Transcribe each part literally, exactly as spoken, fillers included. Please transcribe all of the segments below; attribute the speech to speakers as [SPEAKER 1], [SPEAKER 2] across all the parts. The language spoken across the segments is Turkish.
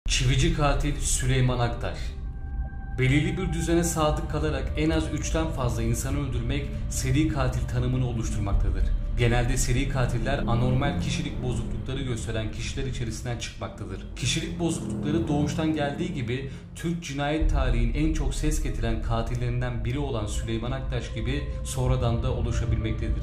[SPEAKER 1] Çivici katil Süleyman Aktaş. Belirli bir düzene sadık kalarak en az üçten fazla insanı öldürmek seri katil tanımını oluşturmaktadır. Genelde seri katiller anormal kişilik bozuklukları gösteren kişiler içerisinden çıkmaktadır. Kişilik bozuklukları doğuştan geldiği gibi Türk cinayet tarihinin en çok ses getiren katillerinden biri olan Süleyman Aktaş gibi sonradan da oluşabilmektedir.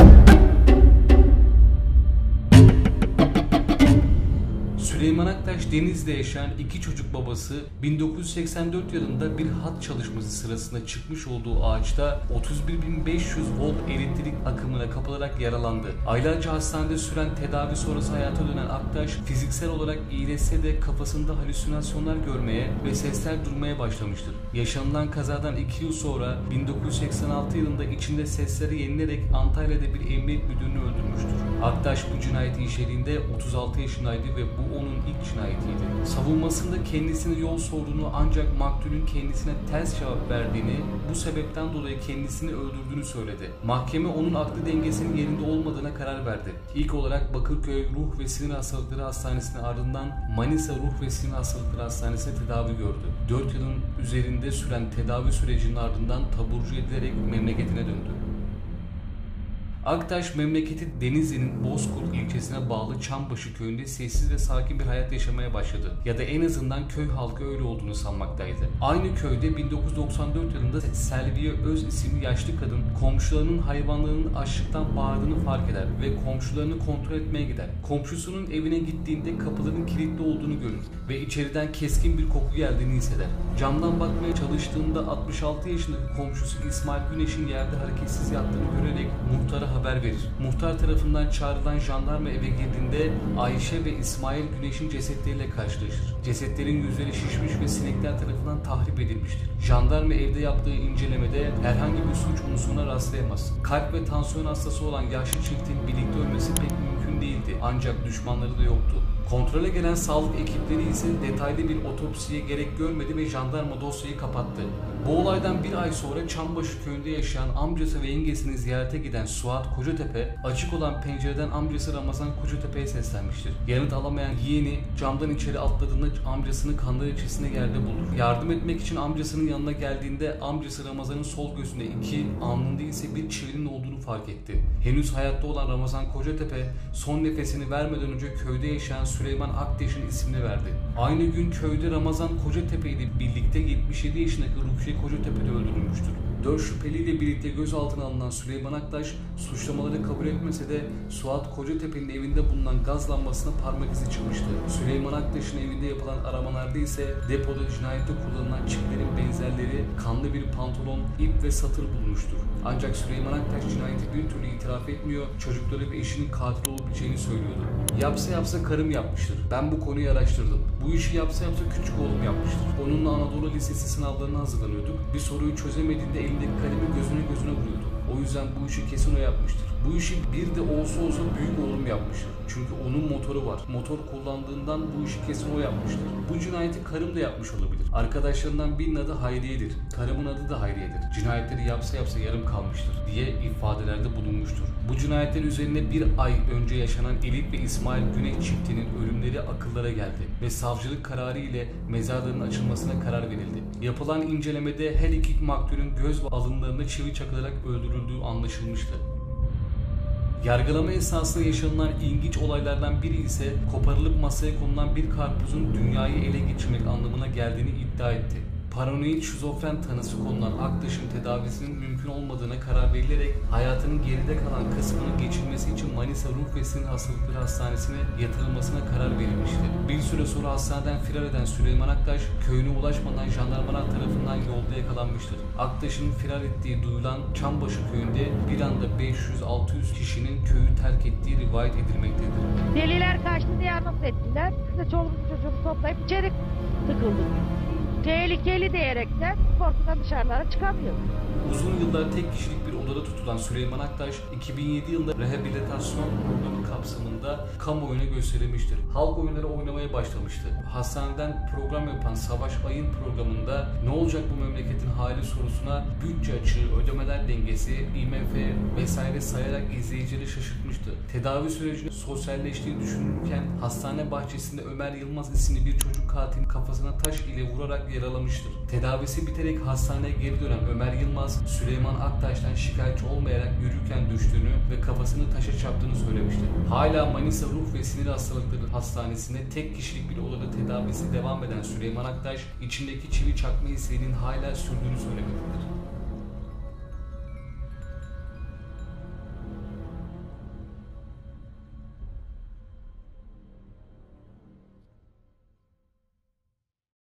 [SPEAKER 1] Süleyman Aktaş Denizli'de yaşayan iki çocuk babası bin dokuz yüz seksen dört yılında bir hat çalışması sırasında çıkmış olduğu ağaçta otuz bir bin beş yüz volt elektrik akımına kapılarak yaralandı. Aylarca hastanede süren tedavi sonrası hayata dönen Aktaş fiziksel olarak iyileşse de kafasında halüsinasyonlar görmeye ve sesler duymaya başlamıştır. Yaşanılan kazadan iki yıl sonra bin dokuz yüz seksen altı yılında içinde sesleri yenilerek Antalya'da bir emniyet müdürünü öldürmüştür. Aktaş bu cinayeti işlediğinde otuz altı yaşındaydı ve bu onun ilk cinayetiydi. Savunmasında kendisine yol sorduğunu ancak maktulün kendisine ters cevap verdiğini, bu sebepten dolayı kendisini öldürdüğünü söyledi. Mahkeme onun aklı dengesinin yerinde olmadığına karar verdi. İlk olarak Bakırköy Ruh ve Sinir Hastalıkları Hastanesi'nin ardından Manisa Ruh ve Sinir Hastalıkları Hastanesi'ne tedavi gördü. dört yılın üzerinde süren tedavi sürecinin ardından taburcu edilerek memleketine döndü. Aktaş memleketi Denizli'nin Bozkurt ilçesine bağlı Çambaşı köyünde sessiz ve sakin bir hayat yaşamaya başladı. Ya da en azından köy halkı öyle olduğunu sanmaktaydı. Aynı köyde bin dokuz yüz doksan dört yılında Selviye Öz isimli yaşlı kadın komşularının hayvanlarının açlıktan bağırdığını fark eder ve komşularını kontrol etmeye gider. Komşusunun evine gittiğinde kapıların kilitli olduğunu görür ve içeriden keskin bir koku geldiğini hisseder. Camdan bakmaya çalıştığında altmış altı yaşındaki komşusu İsmail Güneş'in yerde hareketsiz yattığını görerek muhtara haber verir. Muhtar tarafından çağrılan jandarma eve girdiğinde Ayşe ve İsmail Güneş'in cesetleriyle karşılaşır. Cesetlerin yüzleri şişmiş ve sinekler tarafından tahrip edilmiştir. Jandarma evde yaptığı incelemede herhangi bir suç unsuruna rastlayamaz. Kalp ve tansiyon hastası olan yaşlı çiftin birlikte ölmesi pek mümkün değildi. Ancak düşmanları da yoktu. Kontrole gelen sağlık ekipleri ise detaylı bir otopsiye gerek görmedi ve jandarma dosyayı kapattı. Bu olaydan bir ay sonra Çambaşı köyünde yaşayan amcası ve yengesini ziyarete giden Suat Kocatepe, açık olan pencereden amcası Ramazan Kocatepe'ye seslenmiştir. Yanıt alamayan yeğeni camdan içeri atladığında amcasını kanlar içerisinde yerde bulur. Yardım etmek için amcasının yanına geldiğinde amcası Ramazan'ın sol gözünde iki, alnında ise bir çivinin olduğunu fark etti. Henüz hayatta olan Ramazan Kocatepe son nefesini vermeden önce köyde yaşayan Süleyman Aktaş'ın ismini verdi. Aynı gün köyde Ramazan Kocatepe ile birlikte yetmiş yedi yaşındaki Rukiye Kocatepe'de öldürülmüştür. Dört şüpheliyle birlikte gözaltına alınan Süleyman Aktaş suçlamaları kabul etmese de Suat Kocatepe'nin evinde bulunan gaz lambasına parmak izi çıkmıştı. Süleyman Aktaş'ın evinde yapılan aramalarda ise depoda cinayette kullanılan çiplerin benzerleri, kanlı bir pantolon, ip ve satır bulunmuştur. Ancak Süleyman Aktaş cinayeti bir türlü itiraf etmiyor, çocukları ve eşinin katil olabileceğini söylüyordu. Yapsa yapsa karım yapmıştır. Ben bu konuyu araştırdım. Bu işi yapsa yapsa küçük oğlum yapmıştır. Onunla Anadolu Lisesi sınavlarına hazırlanıyorduk. Bir soruyu çözemediğinde elindeki kalemi gözüne gözüne vuruyordu. O yüzden bu işi kesin o yapmıştır. Bu işi bir de olsa olsa büyük oğlum yapmıştır. Çünkü onun motoru var. Motor kullandığından bu işi kesin o yapmıştır. Bu cinayeti karım da yapmış olabilir. Arkadaşlarından birinin adı Hayriye'dir. Karımın adı da Hayriye'dir. Cinayetleri yapsa yapsa yarım kalmıştır diye ifadelerde bulunmuştur. Bu cinayetler üzerine bir ay önce yaşanan Elif ve İsmail Güneş çiftinin ölümleri akıllara geldi ve savcılık kararı ile mezarların açılmasına karar verildi. Yapılan incelemede her iki maktulün göz ve alınlarına çivi çakılarak öldürüldüğü anlaşılmıştı. Yargılama esnasında yaşanılan ilginç olaylardan biri ise koparılıp masaya konulan bir karpuzun dünyayı ele geçirmek anlamına geldiğini iddia etti. Paranoid şizofren tanısı konulan Aktaş'ın tedavisinin mümkün olmadığına karar verilerek hayatının geride kalan kısmını geçirmesi için Manisa Ruh ve Sinir Hastalıkları Hastanesi'ne yatırılmasına karar verilmişti. Bir süre sonra hastaneden firar eden Süleyman Aktaş, köyüne ulaşmadan jandarmalar tarafından yolda yakalanmıştır. Aktaş'ın firar ettiği duyulan Çambaşı köyünde bir anda beş yüz altı yüz kişinin köyü terk ettiği rivayet edilmektedir.
[SPEAKER 2] Deliler kaçtı diye anons ettiler. Biz de çoluğumuzu çocuğumuzu toplayıp içeri tıkıldık. Tehlikeli diyerekten korkudan dışarılara çıkamıyoruz.
[SPEAKER 1] Uzun yıllar tek kişilik bir odada tutulan Süleyman Aktaş iki bin yedi yılında rehabilitasyon programı kapsamında kamuoyuna gösterilmiştir. Halk oyunları oynamaya başlamıştı. Hastaneden program yapan Savaş Ay'ın programında ne olacak bu memleketin hali sorusuna bütçe açığı, ödemeler dengesi, I M F vesaire sayarak izleyicileri şaşırtmıştı. Tedavi sürecinin sosyalleştiğini düşünürken hastane bahçesinde Ömer Yılmaz isimli bir çocuk katilin kafasına taş ile vurarak yaralamıştır. Tedavisi biterek hastaneye geri dönen Ömer Yılmaz, Süleyman Aktaş'tan şikayetçi olmayarak yürürken düştüğünü ve kafasını taşa çarptığını söylemiştir. Hala Manisa Ruh ve Sinir Hastalıkları Hastanesi'nde tek kişilik bir odada tedavisi devam eden Süleyman Aktaş, içindeki çivi çakma isteğinin hala sürdüğünü söylemektedir.